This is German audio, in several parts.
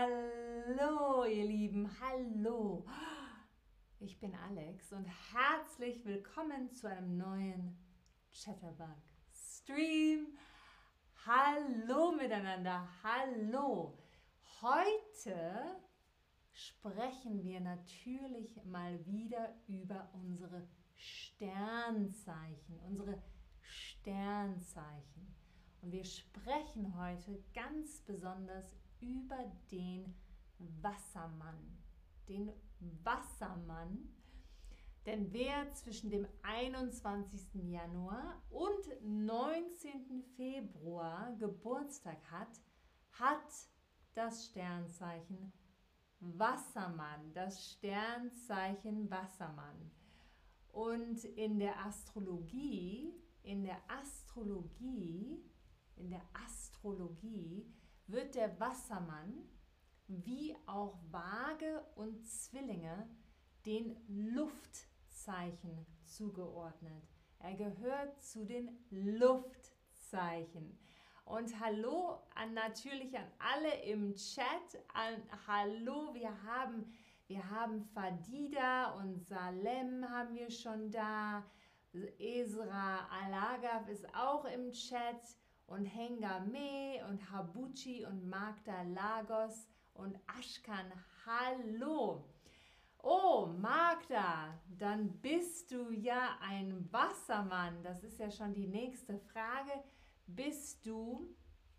Hallo, ihr Lieben, hallo. Ich bin Alex und herzlich willkommen zu einem neuen Chatterbug Stream. Hallo miteinander, hallo. Heute sprechen wir natürlich mal wieder über unsere Sternzeichen, Und wir sprechen heute ganz besonders über den Wassermann. Den Wassermann, denn wer zwischen dem 21. Januar und 19. Februar Geburtstag hat, hat das Sternzeichen Wassermann, das Sternzeichen Wassermann. Und in der Astrologie wird der Wassermann, wie auch Waage und Zwillinge, den Luftzeichen zugeordnet. Er gehört zu den Luftzeichen. Und hallo natürlich an alle im Chat. Hallo, wir haben Fadida und Salem haben wir schon da. Esra Alagav ist auch im Chat. Und Hengame und Habuchi und Magda Lagos und Ashkan, hallo. Oh, Magda, dann bist du ja ein Wassermann. Das ist ja schon die nächste Frage. Bist du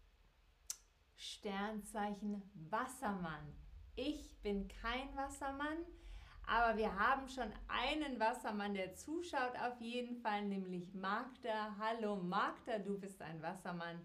Sternzeichen Wassermann? Ich bin kein Wassermann, aber wir haben schon einen Wassermann, der zuschaut auf jeden Fall, nämlich Magda. Hallo Magda, du bist ein Wassermann.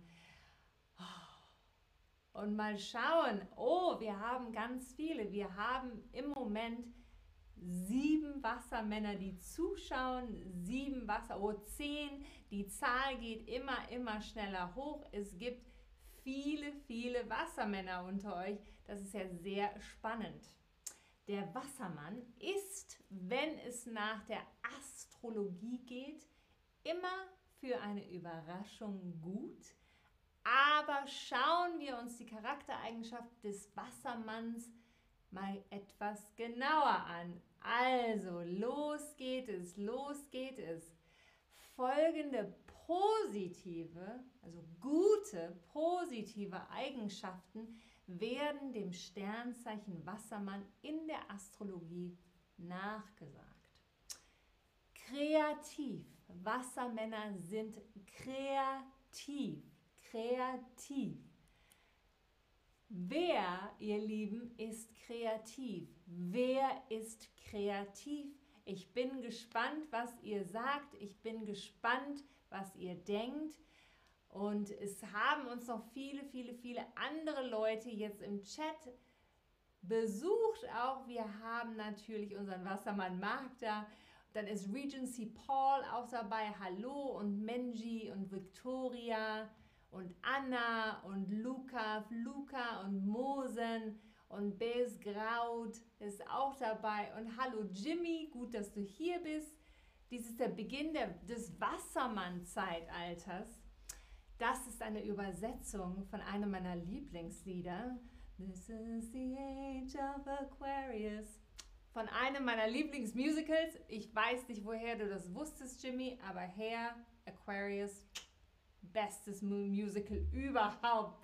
Und mal schauen, oh, wir haben ganz viele. Wir haben im Moment 7 Wassermänner, die zuschauen, 10. Die Zahl geht immer schneller hoch. Es gibt viele Wassermänner unter euch. Das ist ja sehr spannend. Der Wassermann ist, wenn es nach der Astrologie geht, immer für eine Überraschung gut. Aber schauen wir uns die Charaktereigenschaft des Wassermanns mal etwas genauer an. Also, los geht es. Folgende positive, also gute, positive Eigenschaften werden dem Sternzeichen Wassermann in der Astrologie nachgesagt. Kreativ. Wassermänner sind kreativ. Wer, ihr Lieben, ist kreativ? Wer ist kreativ? Ich bin gespannt, was ihr sagt. Ich bin gespannt, was ihr denkt. Und es haben uns noch viele andere Leute jetzt im Chat besucht. Auch wir haben natürlich unseren Wassermann Magda. Dann ist Regency Paul auch dabei. Hallo, und Menji und Victoria und Anna und Luca und Mosen und Bez Graut ist auch dabei. Und hallo Jimmy, gut, dass du hier bist. Dies ist der Beginn des Wassermann-Zeitalters. Das ist eine Übersetzung von einem meiner Lieblingslieder. This is the age of Aquarius. Von einem meiner Lieblingsmusicals. Ich weiß nicht, woher du das wusstest, Jimmy, aber Hair, Aquarius, bestes Musical überhaupt.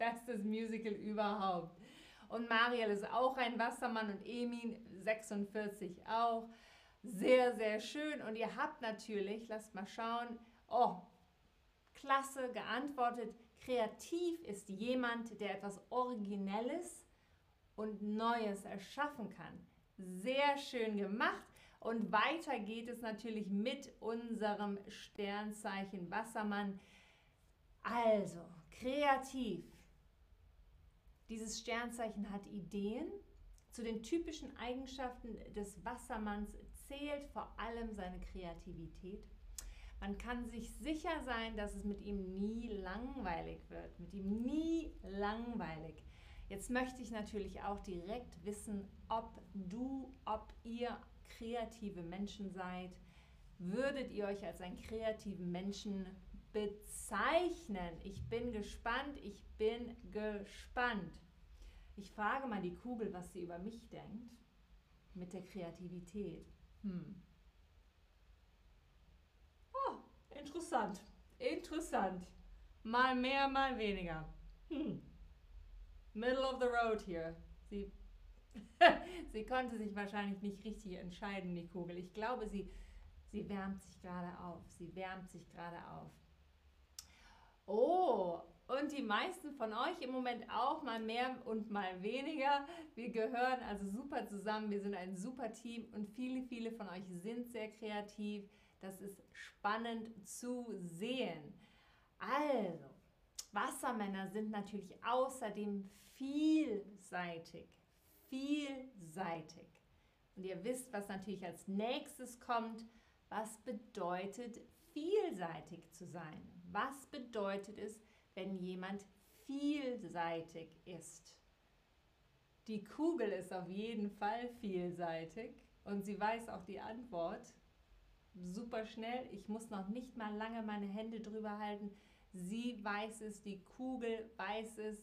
Und Mariel ist auch ein Wassermann und Emin 46 auch. Sehr schön. Und ihr habt natürlich, lasst mal schauen, oh, klasse geantwortet. Kreativ ist jemand, der etwas Originelles und Neues erschaffen kann. Sehr schön gemacht. Und weiter geht es natürlich mit unserem Sternzeichen Wassermann. Also, kreativ. Dieses Sternzeichen hat Ideen. Zu den typischen Eigenschaften des Wassermanns zählt vor allem seine Kreativität. Man kann sich sicher sein, dass es mit ihm nie langweilig wird. Jetzt möchte ich natürlich auch direkt wissen, ob ihr kreative Menschen seid. Würdet ihr euch als einen kreativen Menschen bezeichnen? Ich bin gespannt. Ich frage mal die Kugel, was sie über mich denkt, mit der Kreativität. Oh, interessant. Interessant. Mal mehr, mal weniger. Middle of the road hier. Sie, sie konnte sich wahrscheinlich nicht richtig entscheiden, die Kugel. Ich glaube, sie wärmt sich gerade auf. Sie wärmt sich gerade auf. Oh, und die meisten von euch im Moment auch, mal mehr und mal weniger. Wir gehören also super zusammen, wir sind ein super Team und viele, viele von euch sind sehr kreativ. Das ist spannend zu sehen. Also, Wassermänner sind natürlich außerdem vielseitig. Vielseitig. Und ihr wisst, was natürlich als nächstes kommt. Was bedeutet vielseitig zu sein? Was bedeutet es, wenn jemand vielseitig ist? Die Kugel ist auf jeden Fall vielseitig und sie weiß auch die Antwort. Super schnell, ich muss noch nicht mal lange meine Hände drüber halten. Sie weiß es, die Kugel weiß es.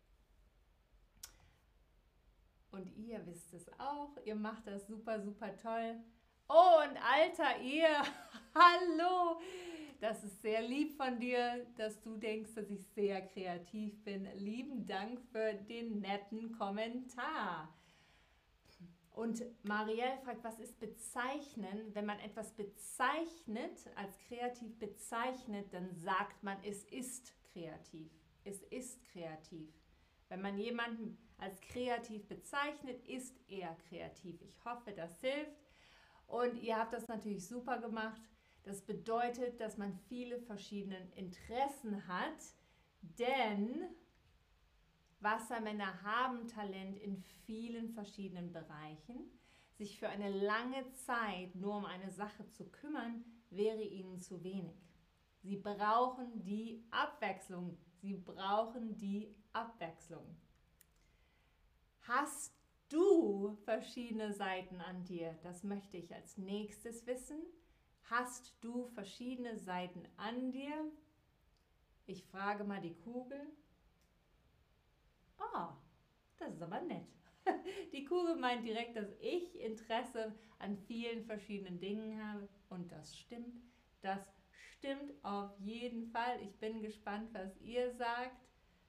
Und ihr wisst es auch, ihr macht das super, super toll. Oh, und Alter, ihr, hallo, das ist sehr lieb von dir, dass du denkst, dass ich sehr kreativ bin. Lieben Dank für den netten Kommentar. Und Marielle fragt, was ist bezeichnen? Wenn man etwas bezeichnet, als kreativ bezeichnet, dann sagt man, es ist kreativ. Es ist kreativ. Wenn man jemanden als kreativ bezeichnet, ist er kreativ. Ich hoffe, das hilft. Und ihr habt das natürlich super gemacht. Das bedeutet, dass man viele verschiedene Interessen hat, denn Wassermänner haben Talent in vielen verschiedenen Bereichen. Sich für eine lange Zeit nur um eine Sache zu kümmern, wäre ihnen zu wenig. Sie brauchen die Abwechslung. Sie brauchen die Abwechslung. Hast du verschiedene Seiten an dir? Das möchte ich als nächstes wissen. Hast du verschiedene Seiten an dir? Ich frage mal die Kugel. Ah, das ist aber nett. Die Kugel meint direkt, dass ich Interesse an vielen verschiedenen Dingen habe. Und das stimmt. Das stimmt auf jeden Fall. Ich bin gespannt, was ihr sagt.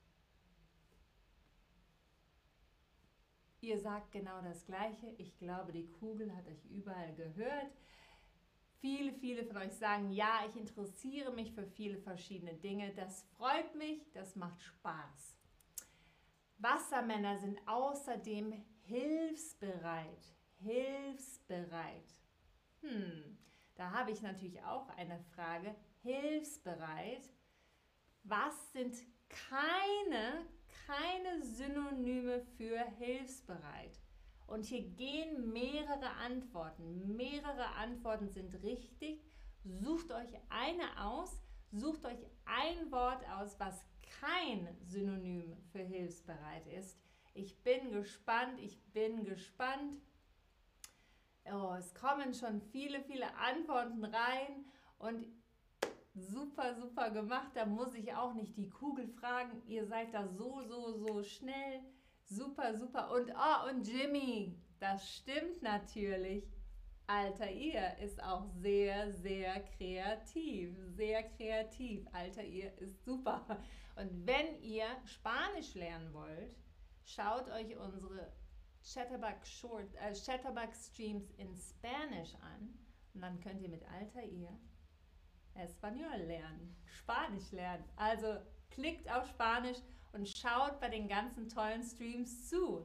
Ihr sagt genau das Gleiche. Ich glaube, die Kugel hat euch überall gehört. Viele, viele von euch sagen, ja, ich interessiere mich für viele verschiedene Dinge. Das freut mich, das macht Spaß. Wassermänner sind außerdem hilfsbereit. Hilfsbereit. Da habe ich natürlich auch eine Frage. Hilfsbereit. Was sind keine Synonyme für hilfsbereit? Und hier gehen mehrere Antworten. Mehrere Antworten sind richtig. Sucht euch eine aus. Sucht euch ein Wort aus, was kein Synonym für hilfsbereit ist. Ich bin gespannt. Ich bin gespannt. Oh, es kommen schon viele, viele Antworten rein. Und super, super gemacht. Da muss ich auch nicht die Kugel fragen. Ihr seid da so schnell. Super, super. Und Jimmy, das stimmt natürlich. Alter, ihr ist auch sehr, sehr kreativ. Sehr kreativ. Alter, ihr ist super. Und wenn ihr Spanisch lernen wollt, schaut euch unsere Chatterbug Streams in Spanish an. Und dann könnt ihr mit Alter, ihr Espanol lernen, Spanisch lernen. Also klickt auf Spanisch und schaut bei den ganzen tollen Streams zu.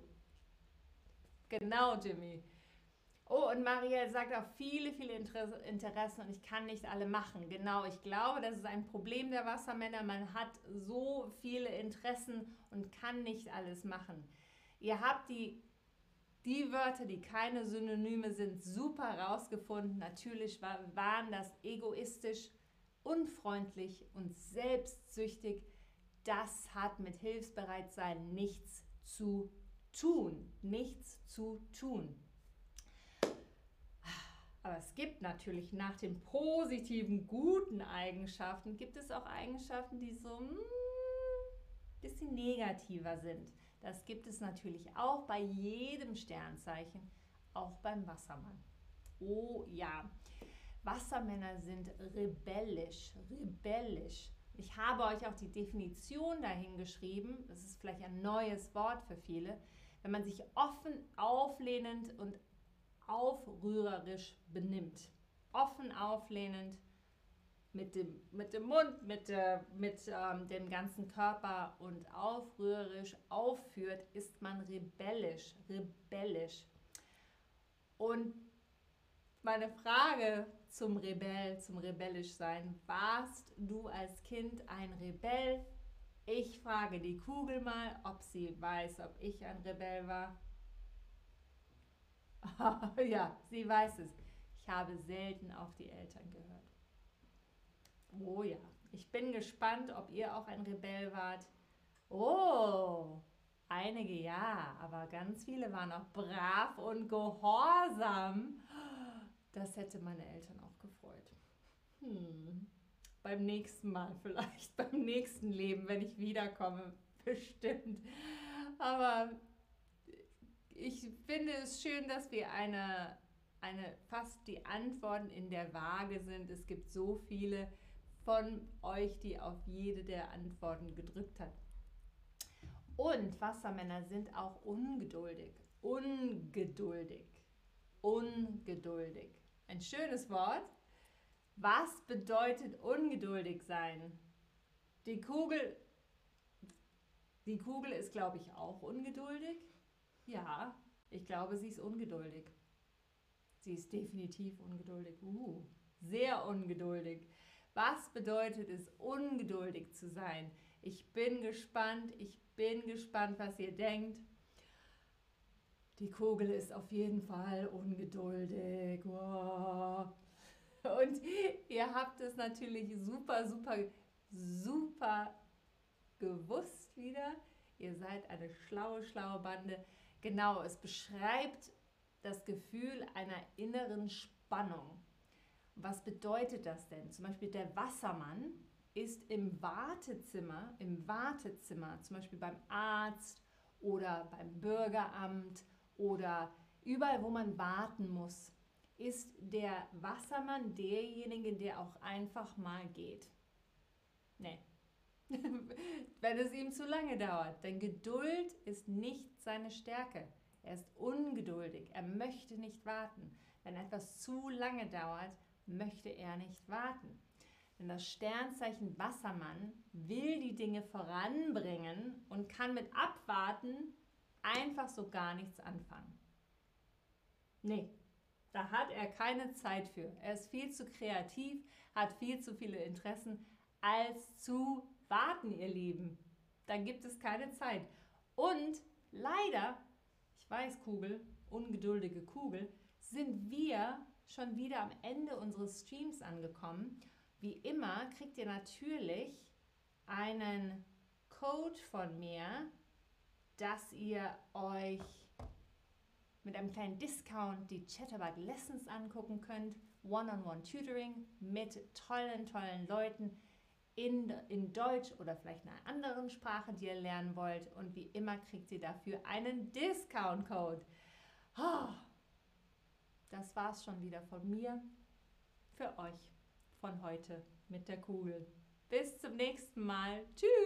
Genau, Jimmy. Oh, und Marielle sagt auch viele, viele Interessen und ich kann nicht alle machen. Genau, ich glaube, das ist ein Problem der Wassermänner. Man hat so viele Interessen und kann nicht alles machen. Ihr habt die Wörter, die keine Synonyme sind, super rausgefunden. Natürlich waren das egoistisch, unfreundlich und selbstsüchtig. Das hat mit Hilfsbereitsein nichts zu tun. Nichts zu tun. Aber es gibt natürlich nach den positiven, guten Eigenschaften, gibt es auch Eigenschaften, die so ein bisschen negativer sind. Das gibt es natürlich auch bei jedem Sternzeichen, auch beim Wassermann. Oh ja, Wassermänner sind rebellisch, rebellisch. Ich habe euch auch die Definition dahin geschrieben. Das ist vielleicht ein neues Wort für viele. Wenn man sich offen, auflehnend und aufrührerisch benimmt. Offen, auflehnend, mit dem Mund, mit dem ganzen Körper und aufrührerisch aufführt, ist man rebellisch, rebellisch. Und meine Frage zum Rebell, zum rebellisch sein: Warst du als Kind ein Rebell? Ich frage die Kugel mal, ob sie weiß, ob ich ein Rebell war. Ja, sie weiß es. Ich habe selten auf die Eltern gehört. Oh ja, ich bin gespannt, ob ihr auch ein Rebell wart. Oh, einige ja, aber ganz viele waren auch brav und gehorsam. Das hätte meine Eltern auch gefreut. Beim nächsten Mal vielleicht, beim nächsten Leben, wenn ich wiederkomme, bestimmt. Aber ich finde es schön, dass wir fast die Antworten in der Waage sind. Es gibt so viele von euch, die auf jede der Antworten gedrückt hat. Und Wassermänner sind auch ungeduldig. Ungeduldig. Ungeduldig. Ein schönes Wort. Was bedeutet ungeduldig sein? Die Kugel ist, glaube ich, auch ungeduldig. Ja, ich glaube, sie ist ungeduldig. Sie ist definitiv ungeduldig. Sehr ungeduldig. Was bedeutet es, ungeduldig zu sein? Ich bin gespannt, was ihr denkt. Die Kugel ist auf jeden Fall ungeduldig. Wow. Und ihr habt es natürlich super, super, super gewusst wieder. Ihr seid eine schlaue, schlaue Bande. Genau, es beschreibt das Gefühl einer inneren Spannung. Was bedeutet das denn? Zum Beispiel der Wassermann ist im Wartezimmer, zum Beispiel beim Arzt oder beim Bürgeramt oder überall, wo man warten muss, ist der Wassermann derjenige, der auch einfach mal geht. Nee. Wenn es ihm zu lange dauert. Denn Geduld ist nicht seine Stärke. Er ist ungeduldig. Er möchte nicht warten. Wenn etwas zu lange dauert, möchte er nicht warten. Denn das Sternzeichen Wassermann will die Dinge voranbringen und kann mit Abwarten einfach so gar nichts anfangen. Nee, da hat er keine Zeit für. Er ist viel zu kreativ, hat viel zu viele Interessen, als zu warten, ihr Lieben. Da gibt es keine Zeit. Und leider, ich weiß, Kugel, ungeduldige Kugel, sind wir schon wieder am Ende unseres Streams angekommen. Wie immer kriegt ihr natürlich einen Code von mir, dass ihr euch mit einem kleinen Discount die Chatterbug Lessons angucken könnt. One-on-one-Tutoring mit tollen, tollen Leuten in Deutsch oder vielleicht einer anderen Sprache, die ihr lernen wollt. Und wie immer kriegt ihr dafür einen Discount-Code. Das war's schon wieder von mir für euch von heute mit der Kugel. Bis zum nächsten Mal. Tschüss!